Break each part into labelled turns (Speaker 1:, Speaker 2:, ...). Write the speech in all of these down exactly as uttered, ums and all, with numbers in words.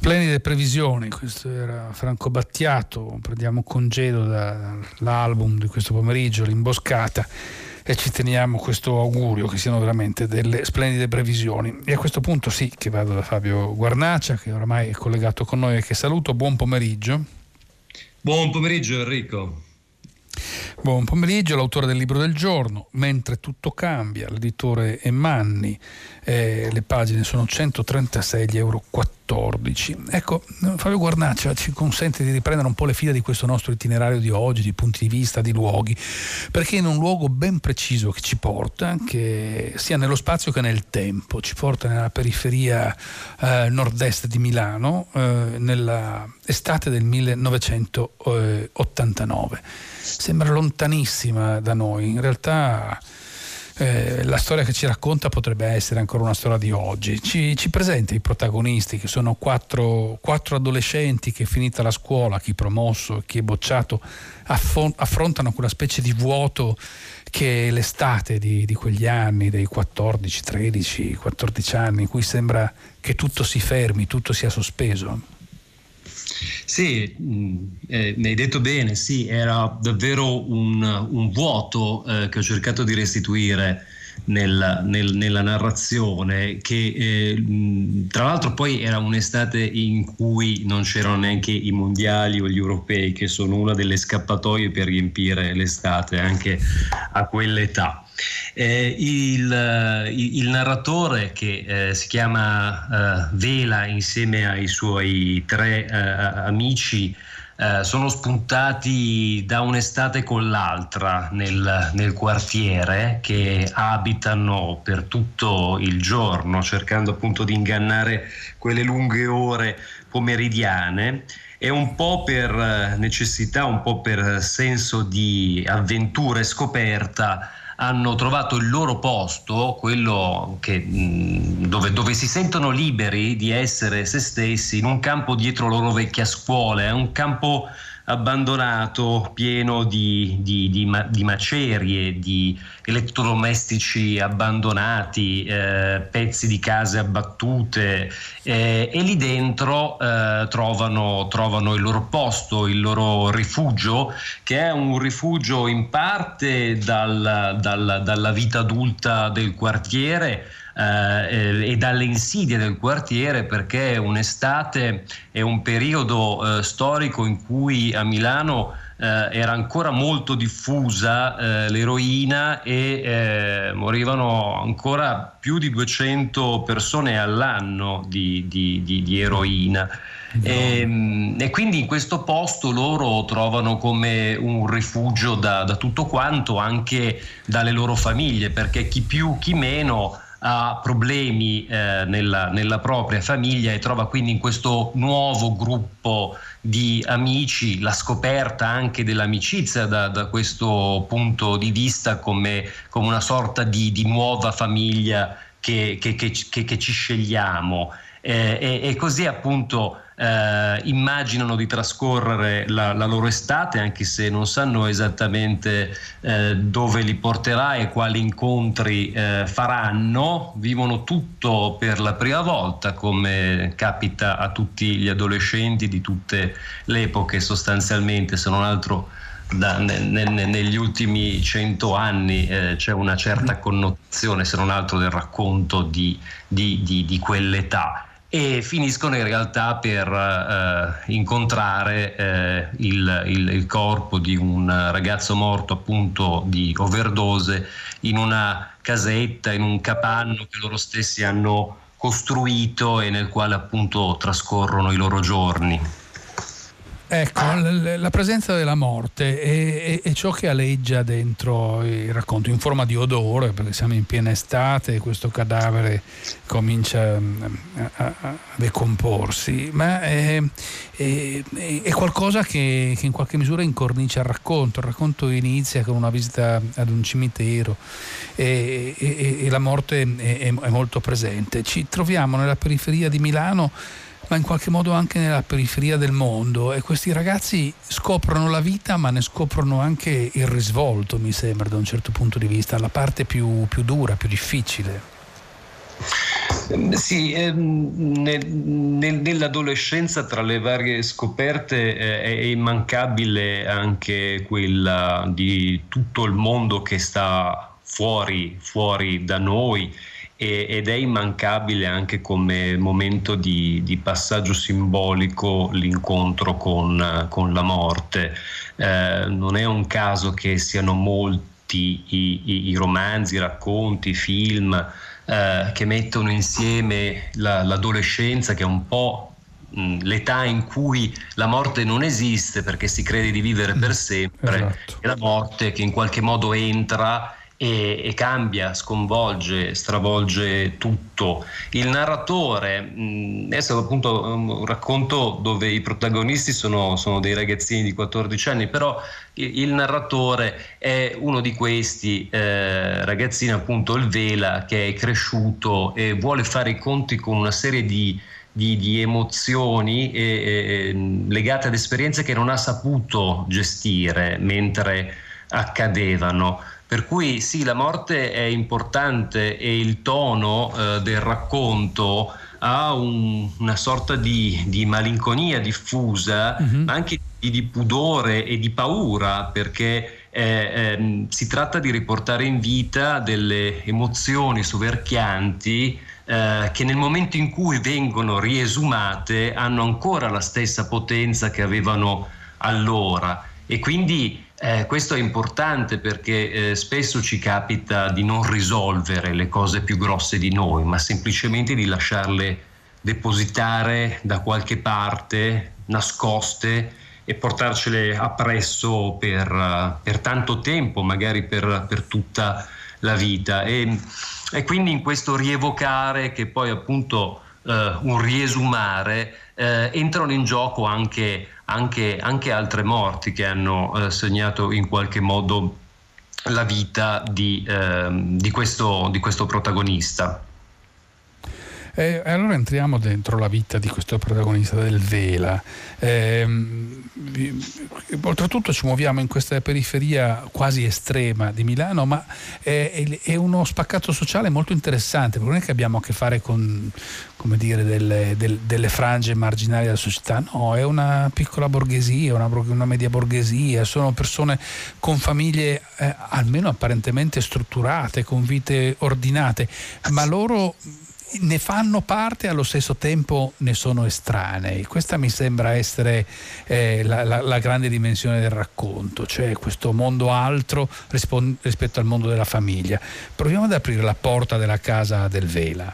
Speaker 1: Splendide previsioni, questo era Franco Battiato. Prendiamo congedo dall'album di questo pomeriggio, L'Imboscata, e ci teniamo questo augurio che siano veramente delle splendide previsioni. E a questo punto sì che vado da Fabio Guarnacia, che oramai è collegato con noi e che saluto. Buon pomeriggio.
Speaker 2: Buon pomeriggio Enrico.
Speaker 1: Buon pomeriggio. L'autore del libro del giorno, Mentre tutto cambia, l'editore è Manni, eh, le pagine sono centotrentasei euro quattordici. Ecco, Fabio Guarnacia ci consente di riprendere un po' le fila di questo nostro itinerario di oggi, di punti di vista, di luoghi, perché in un luogo ben preciso che ci porta, che sia nello spazio che nel tempo, ci porta nella periferia eh, nord-est di Milano, eh, nella estate del millenovecentottantanove. Sembra lontanissima da noi, in realtà eh, la storia che ci racconta potrebbe essere ancora una storia di oggi. Ci, ci presenta i protagonisti, che sono quattro, quattro adolescenti che, finita la scuola, chi promosso e chi è bocciato, affon- affrontano quella specie di vuoto che è l'estate di, di quegli anni, dei quattordici, tredici, quattordici anni, in cui sembra che tutto si fermi, tutto sia sospeso.
Speaker 2: Sì, eh, mi hai detto bene, sì, era davvero un, un vuoto eh, che ho cercato di restituire nel, nel, nella narrazione, che eh, tra l'altro poi era un'estate in cui non c'erano neanche i mondiali o gli europei, che sono una delle scappatoie per riempire l'estate anche a quell'età. Eh, il, il, il narratore, che eh, si chiama eh, Vela, insieme ai suoi tre eh, amici, eh, sono spuntati da un'estate con l'altra nel, nel quartiere, che abitano per tutto il giorno, cercando appunto di ingannare quelle lunghe ore pomeridiane. E un po' per necessità, un po' per senso di avventura e scoperta, hanno trovato il loro posto, quello che, dove, dove si sentono liberi di essere se stessi, in un campo dietro la loro vecchia scuola. È un campo abbandonato, pieno di, di, di, di macerie, di elettrodomestici abbandonati, eh, pezzi di case abbattute, eh, e lì dentro eh, trovano, trovano il loro posto, il loro rifugio, che è un rifugio in parte dal, dal, dalla vita adulta del quartiere, Eh, e dalle insidie del quartiere, perché un'estate è un periodo eh, storico in cui a Milano eh, era ancora molto diffusa eh, l'eroina, e eh, morivano ancora più di duecento persone all'anno di, di, di, di eroina. No. E, e quindi in questo posto loro trovano come un rifugio da, da tutto quanto, anche dalle loro famiglie, perché chi più chi meno ha problemi eh, nella, nella propria famiglia, e trova quindi in questo nuovo gruppo di amici la scoperta anche dell'amicizia da, da questo punto di vista, come, come una sorta di, di nuova famiglia che, che, che, che, che ci scegliamo. Eh, e, e così appunto eh, immaginano di trascorrere la, la loro estate, anche se non sanno esattamente eh, dove li porterà e quali incontri eh, faranno. Vivono tutto per la prima volta, come capita a tutti gli adolescenti di tutte le epoche sostanzialmente, se non altro Da, ne, ne, negli ultimi cento anni eh, c'è una certa connotazione, se non altro, del racconto di, di, di, di quell'età, e finiscono in realtà per eh, incontrare eh, il, il, il corpo di un ragazzo morto appunto di overdose in una casetta, in un capanno che loro stessi hanno costruito e nel quale appunto trascorrono i loro giorni.
Speaker 1: Ecco, la presenza della morte è, è, è ciò che aleggia dentro il racconto, in forma di odore, perché siamo in piena estate e questo cadavere comincia a, a decomporsi, ma è, è, è qualcosa che, che in qualche misura incornicia il racconto. Il racconto inizia con una visita ad un cimitero e, e, e la morte è, è, è molto presente. Ci troviamo nella periferia di Milano, ma in qualche modo anche nella periferia del mondo, e questi ragazzi scoprono la vita, ma ne scoprono anche il risvolto, mi sembra, da un certo punto di vista, la parte più, più dura, più difficile.
Speaker 2: Sì, ehm, nel, nel, nell'adolescenza tra le varie scoperte eh, è immancabile anche quella di tutto il mondo che sta fuori, fuori da noi, e, ed è immancabile anche come momento di, di passaggio simbolico l'incontro con, con la morte. Eh, non è un caso che siano molti i, i, i romanzi, i racconti, i film Eh, che mettono insieme la, l'adolescenza, che è un po' mh, l'età in cui la morte non esiste perché si crede di vivere per sempre,
Speaker 1: Esatto.
Speaker 2: e la morte che in qualche modo entra e, e cambia, sconvolge, stravolge tutto. Il narratore, mh, adesso appunto un racconto dove i protagonisti sono, sono dei ragazzini di quattordici anni, però il, il narratore è uno di questi eh, ragazzini, appunto il Vela, che è cresciuto e vuole fare i conti con una serie di Di, di emozioni e, e, legate ad esperienze che non ha saputo gestire mentre accadevano. Per cui sì, la morte è importante e il tono eh, del racconto ha un, una sorta di, di malinconia diffusa,
Speaker 1: Mm-hmm.
Speaker 2: ma anche di, di pudore e di paura, perché eh, ehm, si tratta di riportare in vita delle emozioni soverchianti eh, che nel momento in cui vengono riesumate hanno ancora la stessa potenza che avevano allora. E quindi eh, questo è importante perché eh, spesso ci capita di non risolvere le cose più grosse di noi, ma semplicemente di lasciarle depositare da qualche parte, nascoste, e portarcele appresso per, uh, per tanto tempo, magari per, per tutta la vita. E, e quindi in questo rievocare, che poi appunto uh, un riesumare, uh, entrano in gioco anche Anche, anche altre morti che hanno eh, segnato in qualche modo la vita di, eh, di, questo, di questo protagonista.
Speaker 1: E allora entriamo dentro la vita di questo protagonista del Vela. Eh, oltretutto ci muoviamo in questa periferia quasi estrema di Milano, ma è, è uno spaccato sociale molto interessante, perché non è che abbiamo a che fare con, come dire, delle, del, delle frange marginali della società, no, è una piccola borghesia, una, una media borghesia, sono persone con famiglie eh, almeno apparentemente strutturate, con vite ordinate, ma loro ne fanno parte e allo stesso tempo ne sono estranei. Questa mi sembra essere eh, la, la, la grande dimensione del racconto, cioè questo mondo altro rispon- rispetto al mondo della famiglia. Proviamo ad aprire la porta della casa del Vela.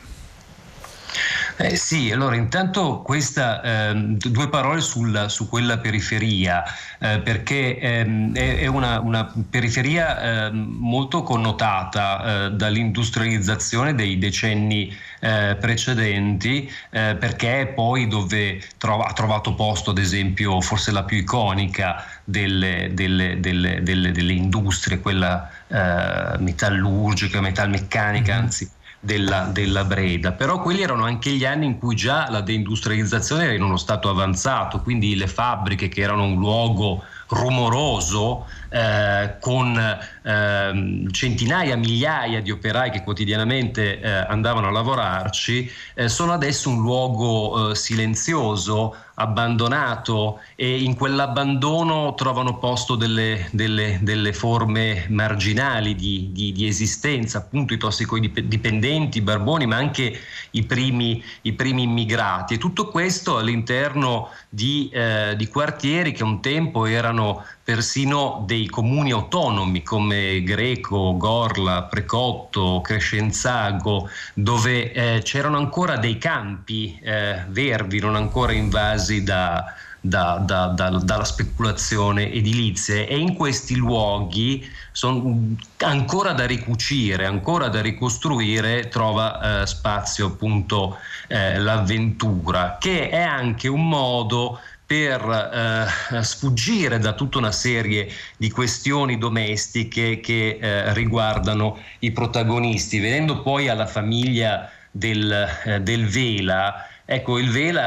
Speaker 2: Eh sì, allora intanto questa, eh, due parole sul, su quella periferia, eh, perché ehm, è, è una, una periferia eh, molto connotata eh, dall'industrializzazione dei decenni eh, precedenti, eh, perché è poi dove trova, ha trovato posto, ad esempio, forse la più iconica delle, delle, delle, delle, delle industrie, quella eh, metallurgica, metalmeccanica, mm-hmm. anzi Della, della Breda. Però quelli erano anche gli anni in cui già la deindustrializzazione era in uno stato avanzato, quindi le fabbriche, che erano un luogo rumoroso eh, con eh, centinaia, migliaia di operai che quotidianamente eh, andavano a lavorarci, eh, sono adesso un luogo eh, silenzioso, abbandonato, e in quell'abbandono trovano posto delle, delle, delle forme marginali di, di, di esistenza, appunto i tossicodipendenti, i barboni, ma anche i primi, i primi immigrati, e tutto questo all'interno di, eh, di quartieri che un tempo erano persino dei comuni autonomi come Greco, Gorla, Precotto, Crescenzago, dove eh, c'erano ancora dei campi eh, verdi non ancora invasi da, da, da, da, dalla speculazione edilizia, e in questi luoghi sono ancora da ricucire, ancora da ricostruire, trova eh, spazio appunto eh, l'avventura, che è anche un modo per eh, sfuggire da tutta una serie di questioni domestiche che eh, riguardano i protagonisti. Venendo poi alla famiglia del, eh, del Vela, ecco, il Vela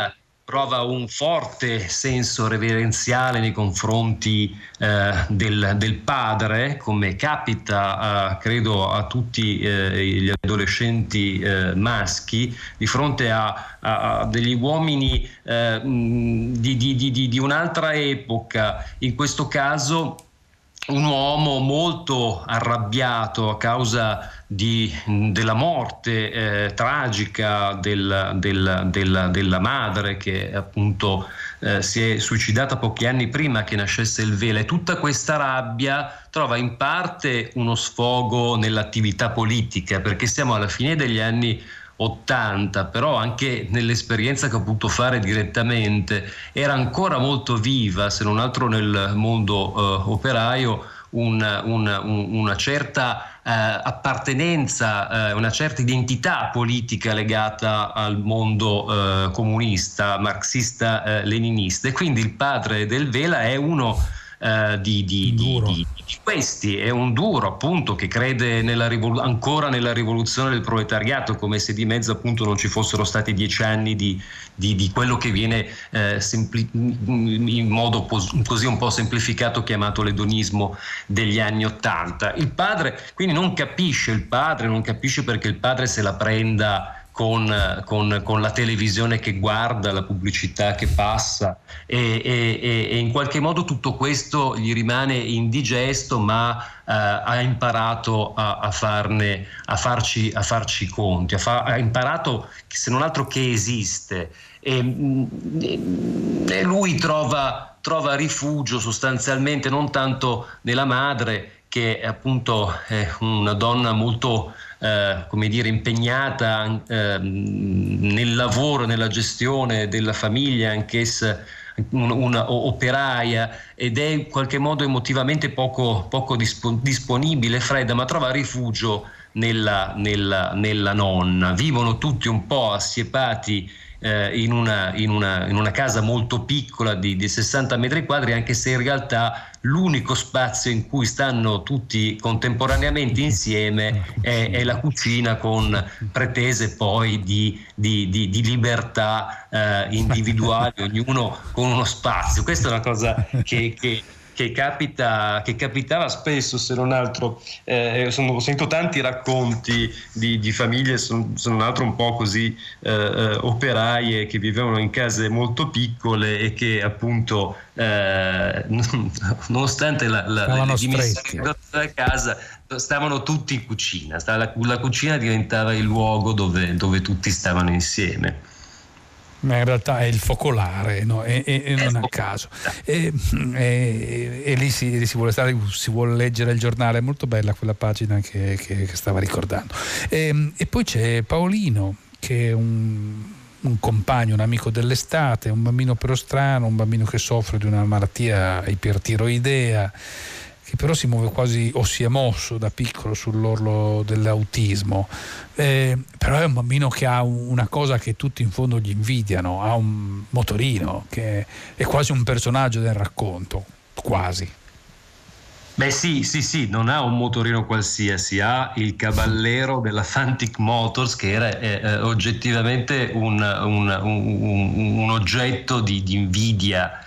Speaker 2: prova un forte senso reverenziale nei confronti eh, del, del padre, come capita a, credo a tutti eh, gli adolescenti eh, maschi, di fronte a, a, a degli uomini eh, di, di, di, di un'altra epoca, in questo caso un uomo molto arrabbiato a causa di, della morte eh, tragica del, del, del, della madre, che appunto eh, si è suicidata pochi anni prima che nascesse il Vela, e tutta questa rabbia trova in parte uno sfogo nell'attività politica, perché siamo alla fine degli anni ottanta, però anche nell'esperienza che ho potuto fare direttamente era ancora molto viva, se non altro nel mondo eh, operaio, una, una, una certa eh, appartenenza, eh, una certa identità politica legata al mondo eh, comunista, marxista, eh, leninista, e quindi il padre del Vela è uno Uh, di, di, di, di, di questi, è un duro appunto che crede nella rivol- ancora nella rivoluzione del proletariato, come se di mezzo appunto non ci fossero stati dieci anni di, di, di quello che viene eh, sempli- in modo pos- così un po' semplificato chiamato l'edonismo degli anni ottanta. Il padre quindi non capisce, il padre non capisce perché il padre se la prenda Con, con, con la televisione che guarda, la pubblicità che passa, e, e, e in qualche modo tutto questo gli rimane indigesto, ma eh, ha imparato a, a farne a farci, a farci conti, ha, fa, ha imparato se non altro che esiste, e, e lui trova, trova rifugio sostanzialmente non tanto nella madre, che appunto è una donna molto eh, come dire impegnata eh, nel lavoro, nella gestione della famiglia, anch'essa una, una operaia, ed è in qualche modo emotivamente poco, poco disponibile, fredda, ma trova rifugio nella, nella, nella nonna. Vivono tutti un po' assiepati eh, in, una, in, una, in una casa molto piccola di, di sessanta metri quadri, anche se in realtà l'unico spazio in cui stanno tutti contemporaneamente insieme è, è la cucina, con pretese poi di, di, di, di libertà eh, individuali, ognuno con uno spazio. Questa è una cosa che, che Che, capita, che capitava spesso, se non altro. Eh, sono, sento tanti racconti di, di famiglie, se non altro un po' così eh, operaie, che vivevano in case molto piccole e che appunto eh, nonostante la, la, le dimensioni della casa stavano tutti in cucina. La, la cucina diventava il luogo dove, dove tutti stavano insieme.
Speaker 1: Ma in realtà è il focolare, no? e, e, e non a caso. E, e, e lì, si, lì si, vuole stare, si vuole leggere il giornale, è molto bella quella pagina che, che, che stava ricordando. E, e poi c'è Paolino, che è un, un compagno, un amico dell'estate, un bambino però strano, un bambino che soffre di una malattia ipertiroidea, che però si muove quasi, o si è mosso da piccolo sull'orlo dell'autismo, eh, però è un bambino che ha una cosa che tutti in fondo gli invidiano, ha un motorino che è quasi un personaggio del racconto, quasi.
Speaker 2: Beh sì, sì, sì, non ha un motorino qualsiasi, ha il caballero della Fantic Motors, che era eh, oggettivamente un, un, un, un oggetto di, di invidia.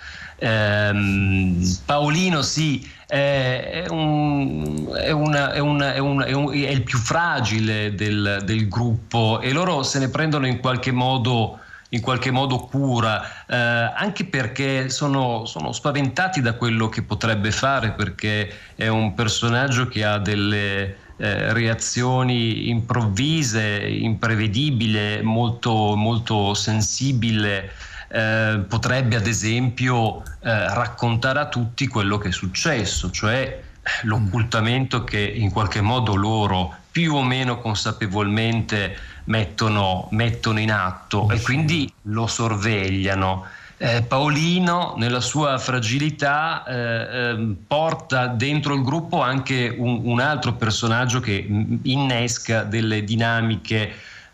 Speaker 2: Ehm, Paolino sì, è, un, è, una, è, una, è, un, è, un, è il più fragile del, del gruppo, e loro se ne prendono in qualche modo in qualche modo cura, eh, anche perché sono, sono spaventati da quello che potrebbe fare, perché è un personaggio che ha delle eh, reazioni improvvise, imprevedibile, molto, molto sensibile. Eh, potrebbe ad esempio eh, raccontare a tutti quello che è successo, cioè l'occultamento che in qualche modo loro più o meno consapevolmente mettono, mettono in atto, e quindi lo sorvegliano. Eh, Paolino nella sua fragilità eh, eh, porta dentro il gruppo anche un, un altro personaggio che innesca delle dinamiche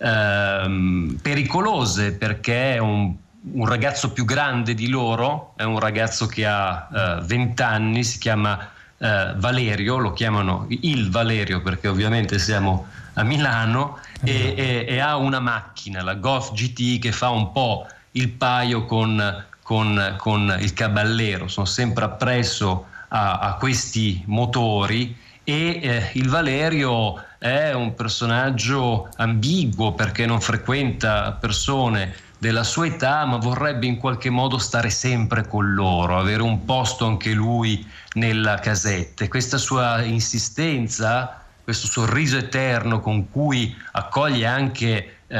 Speaker 2: eh, pericolose, perché è un un ragazzo più grande di loro, è un ragazzo che ha venti uh, anni, si chiama uh, Valerio, lo chiamano il Valerio perché ovviamente siamo a Milano, e, e, e ha una macchina, la Golf G T, che fa un po' il paio con, con, con il caballero, sono sempre appresso a, a questi motori, e eh, il Valerio è un personaggio ambiguo perché non frequenta persone della sua età, ma vorrebbe in qualche modo stare sempre con loro, avere un posto anche lui nella casetta. E questa sua insistenza, questo sorriso eterno con cui accoglie anche eh,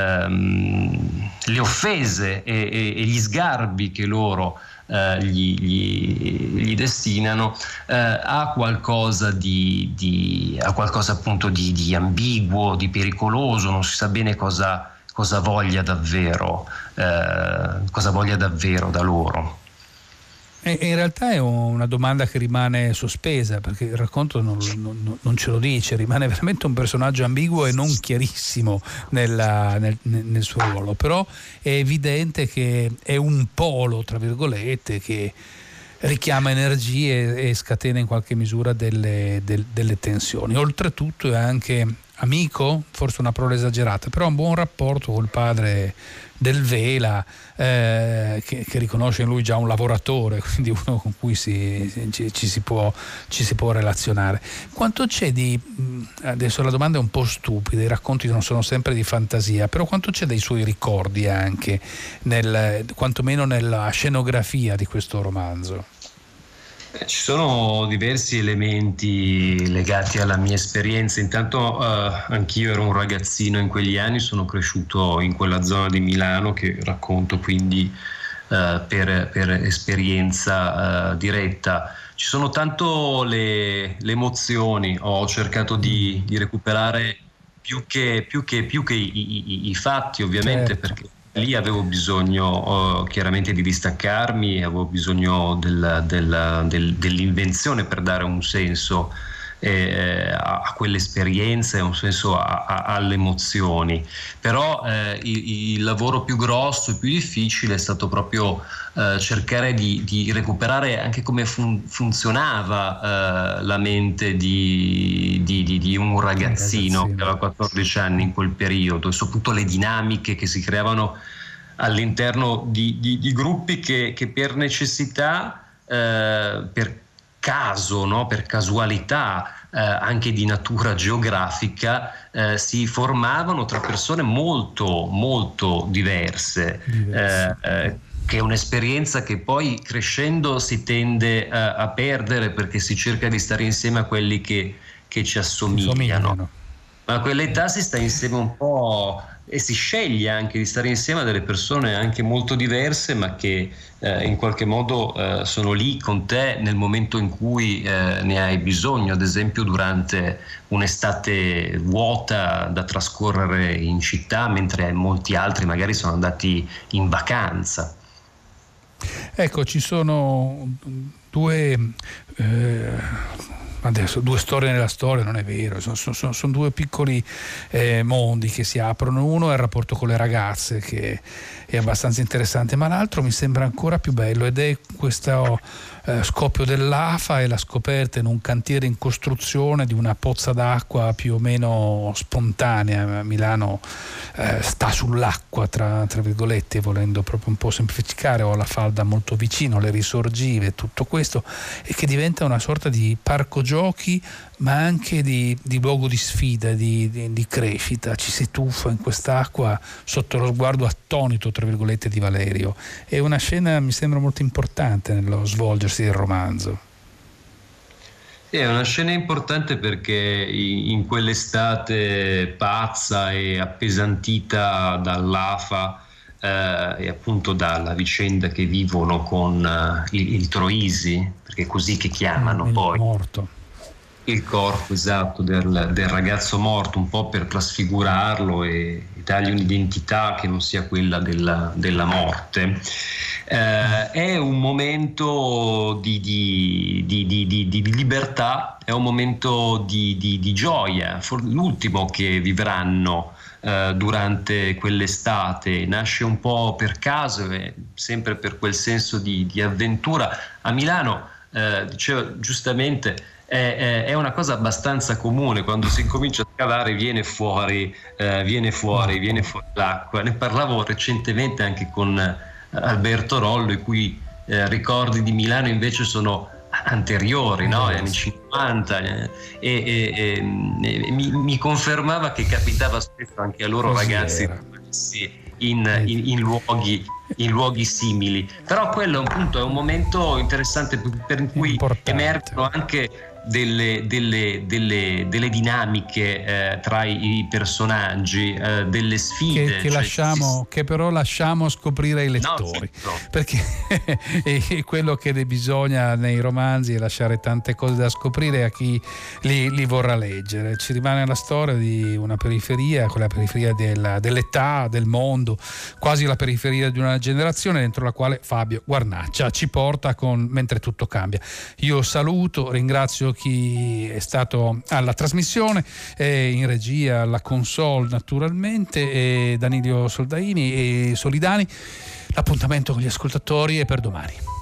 Speaker 2: ehm, le offese e, e, e gli sgarbi che loro eh, gli, gli, gli destinano, eh, ha qualcosa di, di ha qualcosa appunto di, di ambiguo, di pericoloso, non si sa bene cosa, cosa voglia davvero, eh, cosa voglia davvero da loro.
Speaker 1: E in realtà è una domanda che rimane sospesa, perché il racconto non, non, non ce lo dice, rimane veramente un personaggio ambiguo e non chiarissimo nella, nel, nel suo ruolo, però è evidente che è un polo, tra virgolette, che richiama energie e scatena in qualche misura delle, del, delle tensioni. Oltretutto è anche amico, forse una parola esagerata, però ha un buon rapporto col padre del Vela, eh, che, che riconosce in lui già un lavoratore, quindi uno con cui si, ci, ci, si può, ci si può relazionare. Quanto c'è di, adesso la domanda è un po' stupida, i racconti non sono sempre di fantasia, però quanto c'è dei suoi ricordi anche, nel, quantomeno nella scenografia di questo romanzo?
Speaker 2: Ci sono diversi elementi legati alla mia esperienza. Intanto eh, anch'io ero un ragazzino in quegli anni, sono cresciuto in quella zona di Milano che racconto quindi eh, per, per esperienza eh, diretta. Ci sono tanto le, le emozioni, ho cercato di, di recuperare più che, più che, più che i, i, i fatti, ovviamente, certo. Perché lì avevo bisogno oh, chiaramente di distaccarmi, avevo bisogno del, del, del, dell'invenzione per dare un senso eh, a, a quell'esperienza e un senso a, a, alle emozioni. Però eh, il, il lavoro più grosso e più difficile è stato proprio eh, cercare di, di recuperare anche come fun, funzionava eh, la mente di, di, di, di un ragazzino, ragazzino che aveva quattordici anni in quel periodo, e soprattutto le dinamiche che si creavano all'interno di, di, di gruppi che, che per necessità, eh, per caso, no? Per casualità eh, anche di natura geografica, eh, si formavano tra persone molto molto diverse, diverse. Eh, eh, che è un'esperienza che poi crescendo si tende a, a perdere, perché si cerca di stare insieme a quelli che, che ci assomigliano. assomigliano. Ma a quell'età si sta insieme un po' e si sceglie anche di stare insieme a delle persone anche molto diverse, ma che eh, in qualche modo eh, sono lì con te nel momento in cui eh, ne hai bisogno, ad esempio durante un'estate vuota da trascorrere in città, mentre molti altri magari sono andati in vacanza.
Speaker 1: Ecco, ci sono due eh, adesso due storie nella storia, non è vero, sono, sono, sono due piccoli eh, mondi che si aprono. Uno è il rapporto con le ragazze, che è abbastanza interessante, ma l'altro mi sembra ancora più bello, ed è questo eh, scoppio dell'A F A e la scoperta in un cantiere in costruzione di una pozza d'acqua più o meno spontanea. Milano eh, sta sull'acqua, tra, tra virgolette, volendo proprio un po' semplificare, o alla falda molto vicino, le risorgive, tutto questo, e che diventa una sorta di parco giochi, ma anche di, di luogo di sfida, di, di, di crescita. Ci si tuffa in quest'acqua sotto lo sguardo attonito, tra virgolette, di Valerio. È una scena, mi sembra, molto importante nello svolgersi del romanzo.
Speaker 2: È una scena importante perché in quell'estate pazza e appesantita dall'A F A eh, e appunto dalla vicenda che vivono con uh, il, il Troisi, perché è così che chiamano
Speaker 1: il
Speaker 2: poi
Speaker 1: morto.
Speaker 2: il corpo, esatto, del, del ragazzo morto, un po' per trasfigurarlo e, e dargli un'identità che non sia quella della, della morte. Eh, è un momento di, di, di, di, di, di libertà, è un momento di, di, di gioia, l'ultimo che vivranno eh, durante quell'estate. Nasce un po' per caso, eh, sempre per quel senso di, di avventura. A Milano eh, diceva giustamente, è, è una cosa abbastanza comune, quando si incomincia a scavare viene fuori, eh, viene fuori, viene fuori l'acqua. Ne parlavo recentemente anche con Alberto Rollo, i cui eh, ricordi di Milano invece sono anteriori, no? Anni cinquanta, eh, e, e, e, e mi, mi confermava che capitava spesso anche a loro Così ragazzi in, in, in, luoghi, in luoghi simili. Però quello è un punto, è un momento interessante per cui Importante. emergono anche delle, delle, delle, delle dinamiche eh, tra i personaggi, eh, delle sfide
Speaker 1: che, che, cioè, lasciamo, si... che però lasciamo scoprire ai lettori, no, certo. Perché è quello che bisogna nei romanzi, è lasciare tante cose da scoprire a chi li, li vorrà leggere. Ci rimane la storia di una periferia, quella periferia della, dell'età, del mondo, quasi la periferia di una generazione, dentro la quale Fabio Guarnaccia ci porta con Mentre tutto cambia. Io saluto, ringrazio chi è stato alla trasmissione, eh, in regia, alla console naturalmente, e Danilo Soldaini e Solidani. L'appuntamento con gli ascoltatori è per domani.